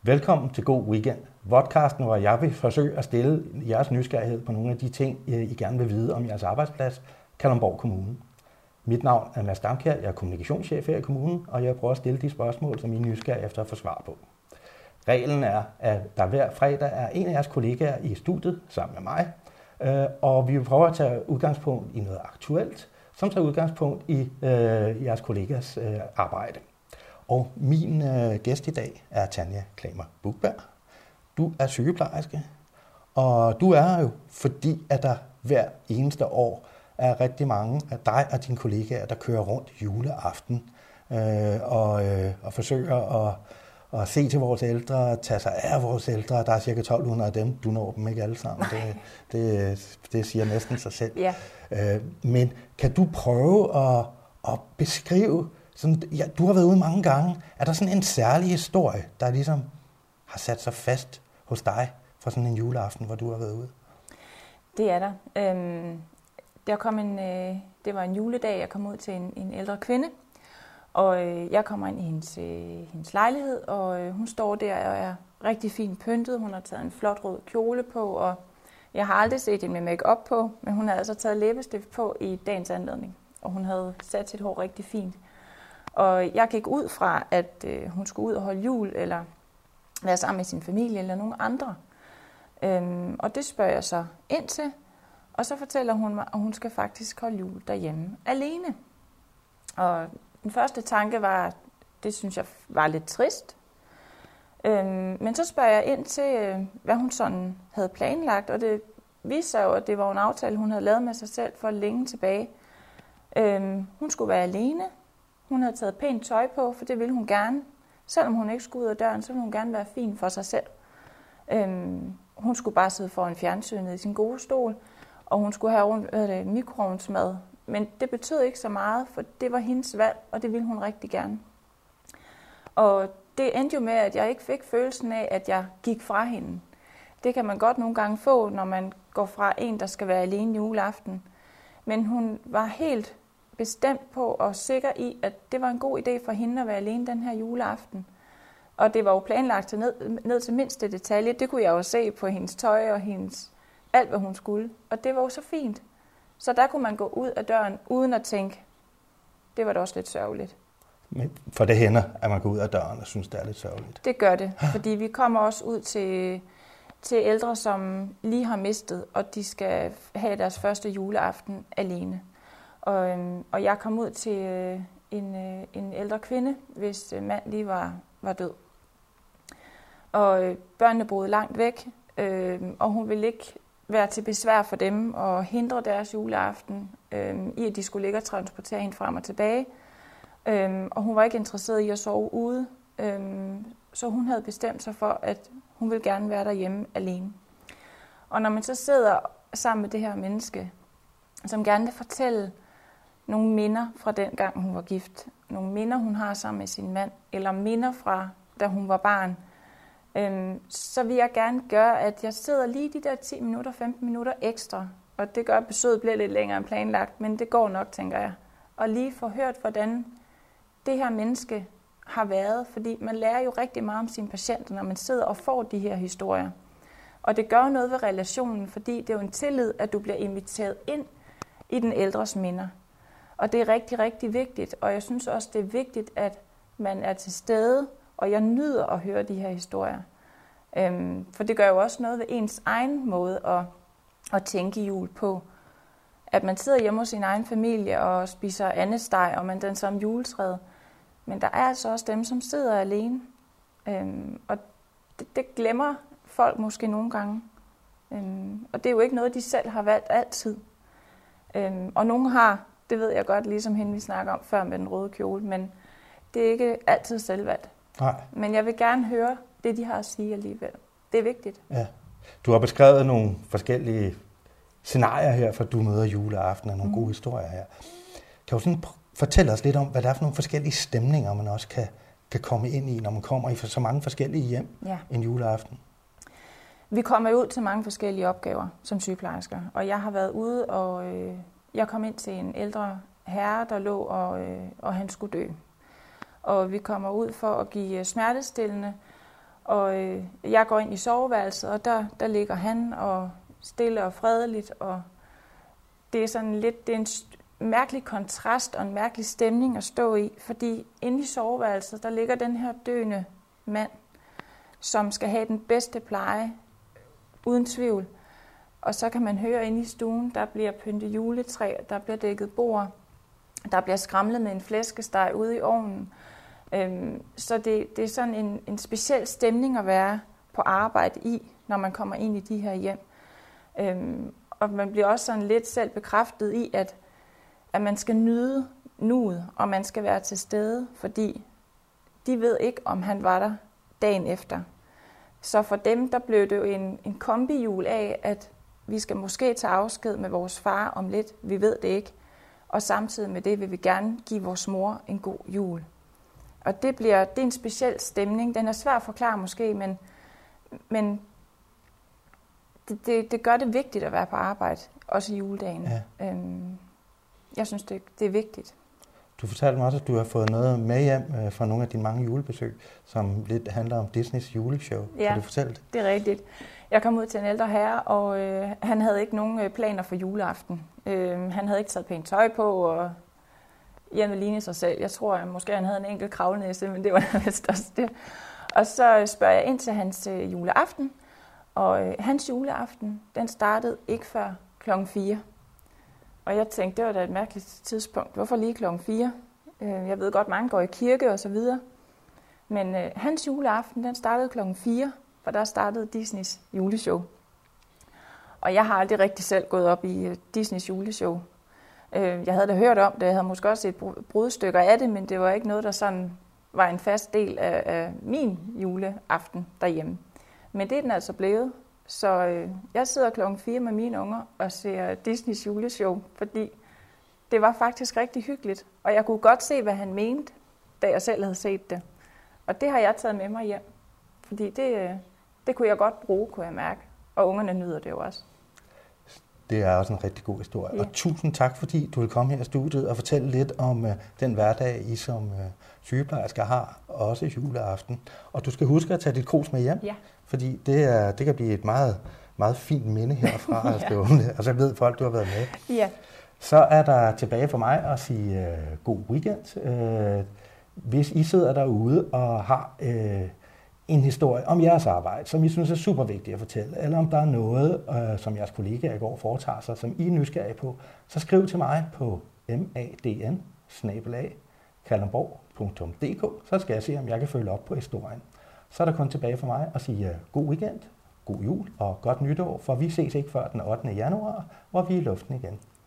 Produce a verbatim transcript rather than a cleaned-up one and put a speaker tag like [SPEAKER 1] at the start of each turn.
[SPEAKER 1] Velkommen til God Weekend, podcasten, hvor jeg vil forsøge at stille jeres nysgerrighed på nogle af de ting, I gerne vil vide om jeres arbejdsplads, Kalundborg Kommune. Mit navn er Mads Damkjær, jeg er kommunikationschef her i kommunen, og jeg prøver at stille de spørgsmål, som I er nysgerrige efter at få svar på. Reglen er, at der hver fredag er en af jeres kollegaer i studiet sammen med mig, og vi vil prøve at tage udgangspunkt i noget aktuelt, som tager udgangspunkt i øh, jeres kollegas øh, arbejde. Og min øh, gæst i dag er Tanja Klamer Buchberg. Du er sygeplejerske, og du er jo, fordi at der hver eneste år er rigtig mange af dig og dine kollegaer, der kører rundt juleaften øh, og, øh, og forsøger at, at se til vores ældre, tage sig af vores ældre. Der er cirka tolv hundrede af dem, du når dem ikke alle sammen. Det, det, det siger næsten sig selv.
[SPEAKER 2] Ja.
[SPEAKER 1] Øh, men kan du prøve at, at beskrive, sådan, ja, du har været ude mange gange, er der sådan en særlig historie, der ligesom har sat sig fast hos dig fra sådan en juleaften, hvor du har været ude?
[SPEAKER 2] Det er der. Øhm, der kom en, øh, det var en juledag, jeg kom ud til en, en ældre kvinde, og øh, jeg kommer ind i hendes, øh, hendes lejlighed, og øh, hun står der og er rigtig fint pyntet. Hun har taget en flot rød kjole på, og jeg har aldrig set hende med make-up på, men hun havde altså taget læbestift på i dagens anledning, og hun havde sat sit hår rigtig fint. Og jeg gik ud fra, at øh, hun skulle ud og holde jul, eller være sammen med sin familie, eller nogen andre. Øhm, og det spørger jeg så ind til, og så fortæller hun mig, at hun skal faktisk holde jul derhjemme alene. Og den første tanke var, det synes jeg var lidt trist. Øhm, men så spørger jeg ind til, øh, hvad hun sådan havde planlagt, og det viste sig jo, at det var en aftale, hun havde lavet med sig selv for længe tilbage. Øhm, hun skulle være alene. Hun havde taget pænt tøj på, for det ville hun gerne. Selvom hun ikke skulle ud af døren, så ville hun gerne være fin for sig selv. Øhm, hun skulle bare sidde foran fjernsynet i sin gode stol, og hun skulle have øh, mikroovnsmad. Men det betød ikke så meget, for det var hendes valg, og det ville hun rigtig gerne. Og det endte jo med, at jeg ikke fik følelsen af, at jeg gik fra hende. Det kan man godt nogle gange få, når man går fra en, der skal være alene juleaften. Men hun var helt bestemt på og sikker i, at det var en god idé for hende at være alene den her juleaften. Og det var jo planlagt til ned, ned til mindste detalje. Det kunne jeg jo se på hendes tøj og hendes, alt, hvad hun skulle. Og det var jo så fint. Så der kunne man gå ud af døren uden at tænke, det var da også lidt sørgeligt.
[SPEAKER 1] Men for det hænder, at man går ud af døren og synes, det er lidt sørgeligt.
[SPEAKER 2] Det gør det, fordi vi kommer også ud til, til ældre, som lige har mistet, og de skal have deres første juleaften alene. Og, øhm, og jeg kom ud til øh, en, øh, en ældre kvinde, hvis øh, mand lige var, var død. Og øh, børnene boede langt væk, øh, og hun ville ikke være til besvær for dem og hindre deres juleaften øh, i, at de skulle ligge og transportere hende frem og tilbage. Øh, og hun var ikke interesseret i at sove ude, øh, så hun havde bestemt sig for, at hun ville gerne være derhjemme alene. Og når man så sidder sammen med det her menneske, som gerne vil fortælle nogle minder fra den gang, hun var gift. Nogle minder, hun har sammen med sin mand, eller minder fra, da hun var barn. Øhm, så vil jeg gerne gøre, at jeg sidder lige de der ti minutter, femten minutter ekstra. Og det gør, at besøget bliver lidt længere end planlagt, men det går nok, tænker jeg. Og lige få hørt, hvordan det her menneske har været. Fordi man lærer jo rigtig meget om sine patienter, når man sidder og får de her historier. Og det gør noget ved relationen, fordi det er jo en tillid, at du bliver inviteret ind i den ældres minder. Og det er rigtig, rigtig vigtigt, og jeg synes også, det er vigtigt, at man er til stede, og jeg nyder at høre de her historier. Øhm, for det gør jo også noget ved ens egen måde at, at tænke jul på. At man sidder hjemme hos sin egen familie og spiser andesteg, og man danser om juletræet. Men der er altså også dem, som sidder alene. Øhm, og det, det glemmer folk måske nogle gange. Øhm, og det er jo ikke noget, de selv har valgt altid. Øhm, og nogle har, det ved jeg godt, ligesom hende vi snakker om før med den røde kjole, men det er ikke altid selvvalgt.
[SPEAKER 1] Nej.
[SPEAKER 2] Men jeg vil gerne høre det, de har at sige alligevel. Det er vigtigt.
[SPEAKER 1] Ja. Du har beskrevet nogle forskellige scenarier her, for du møder juleaften og nogle mm. gode historier her. Kan du sådan fortælle os lidt om, hvad der er for nogle forskellige stemninger, man også kan, kan komme ind i, når man kommer i så mange forskellige hjem
[SPEAKER 2] ja.
[SPEAKER 1] en juleaften?
[SPEAKER 2] Vi kommer ud til mange forskellige opgaver som sygeplejersker, og jeg har været ude, og øh, jeg kom ind til en ældre herre, der lå, og, øh, og han skulle dø. Og vi kommer ud for at give smertestillende, Og øh, jeg går ind i soveværelset, og der, der ligger han og stille og fredeligt. Og det er sådan lidt, det er en mærkelig kontrast og en mærkelig stemning at stå i, fordi inde i soveværelset, der ligger den her døende mand, som skal have den bedste pleje, uden tvivl. Og så kan man høre inde i stuen, der bliver pyntet juletræ, der bliver dækket bord, der bliver skramlet med en flæskesteg ude i ovnen. Øhm, så det, det er sådan en, en speciel stemning at være på arbejde i, når man kommer ind i de her hjem. Øhm, og man bliver også sådan lidt selv bekræftet i, at, at man skal nyde nuet, og man skal være til stede, fordi de ved ikke, om han var der dagen efter. Så for dem, der blev det jo en, en kombijul af, at vi skal måske tage afsked med vores far om lidt, vi ved det ikke. Og samtidig med det vil vi gerne give vores mor en god jul. Og det, bliver, det er en speciel stemning. Den er svær at forklare måske, men, men det, det, det gør det vigtigt at være på arbejde, også i juledagen. Ja. Øhm, jeg synes, det, det er vigtigt.
[SPEAKER 1] Du fortalte mig også, at du har fået noget med hjem fra nogle af dine mange julebesøg, som lidt handler om Disneys juleshow.
[SPEAKER 2] Ja,
[SPEAKER 1] kan du fortælle det?
[SPEAKER 2] Det er rigtigt. Jeg kom ud til en ældre herre, og øh, han havde ikke nogen planer for juleaften. Øh, han havde ikke taget pænt tøj på, og hjemme lignede sig selv. Jeg tror, at måske han havde en enkelt kravlenæse, men det var vist også det. Og så spørger jeg ind til hans øh, juleaften, og øh, hans juleaften, den startede ikke før klokken fire. Og jeg tænkte, det var da et mærkeligt tidspunkt. Hvorfor lige klokken fire? Øh, jeg ved godt, mange går i kirke og så videre. Men øh, hans juleaften, den startede klokken fire, for der startede Disneys juleshow. Og jeg har aldrig rigtig selv gået op i uh, Disneys juleshow. Uh, jeg havde da hørt om det, jeg havde måske også set brudstykker af det, men det var ikke noget, der sådan var en fast del af, af min juleaften derhjemme. Men det er den altså blevet. Så uh, jeg sidder klokken fire med mine unger og ser Disneys juleshow, fordi det var faktisk rigtig hyggeligt. Og jeg kunne godt se, hvad han mente, da jeg selv havde set det. Og det har jeg taget med mig hjem, fordi det, det kunne jeg godt bruge, kunne jeg mærke. Og ungerne nyder det jo også.
[SPEAKER 1] Det er også en rigtig god historie.
[SPEAKER 2] Ja.
[SPEAKER 1] Og tusind tak, fordi du vil komme her i studiet og fortælle lidt om uh, den hverdag, I som uh, sygeplejersker har, også juleaften. Og du skal huske at tage dit krus med hjem,
[SPEAKER 2] ja.
[SPEAKER 1] fordi det, er, det kan blive et meget, meget fint minde herfra. ja. Og så ved folk, du har været med.
[SPEAKER 2] Ja.
[SPEAKER 1] Så er der tilbage for mig at sige uh, god weekend. Uh, hvis I sidder derude og har uh, en historie om jeres arbejde, som I synes er super vigtigt at fortælle, eller om der er noget, øh, som jeres kollegaer i går foretager sig, som I er nysgerrige på, så skriv til mig på madn bindestreg kalundborg punktum d k, så skal jeg se, om jeg kan følge op på historien. Så er der kun tilbage for mig at sige uh, god weekend, god jul og godt nytår, for vi ses ikke før den ottende januar, hvor vi er i luften igen.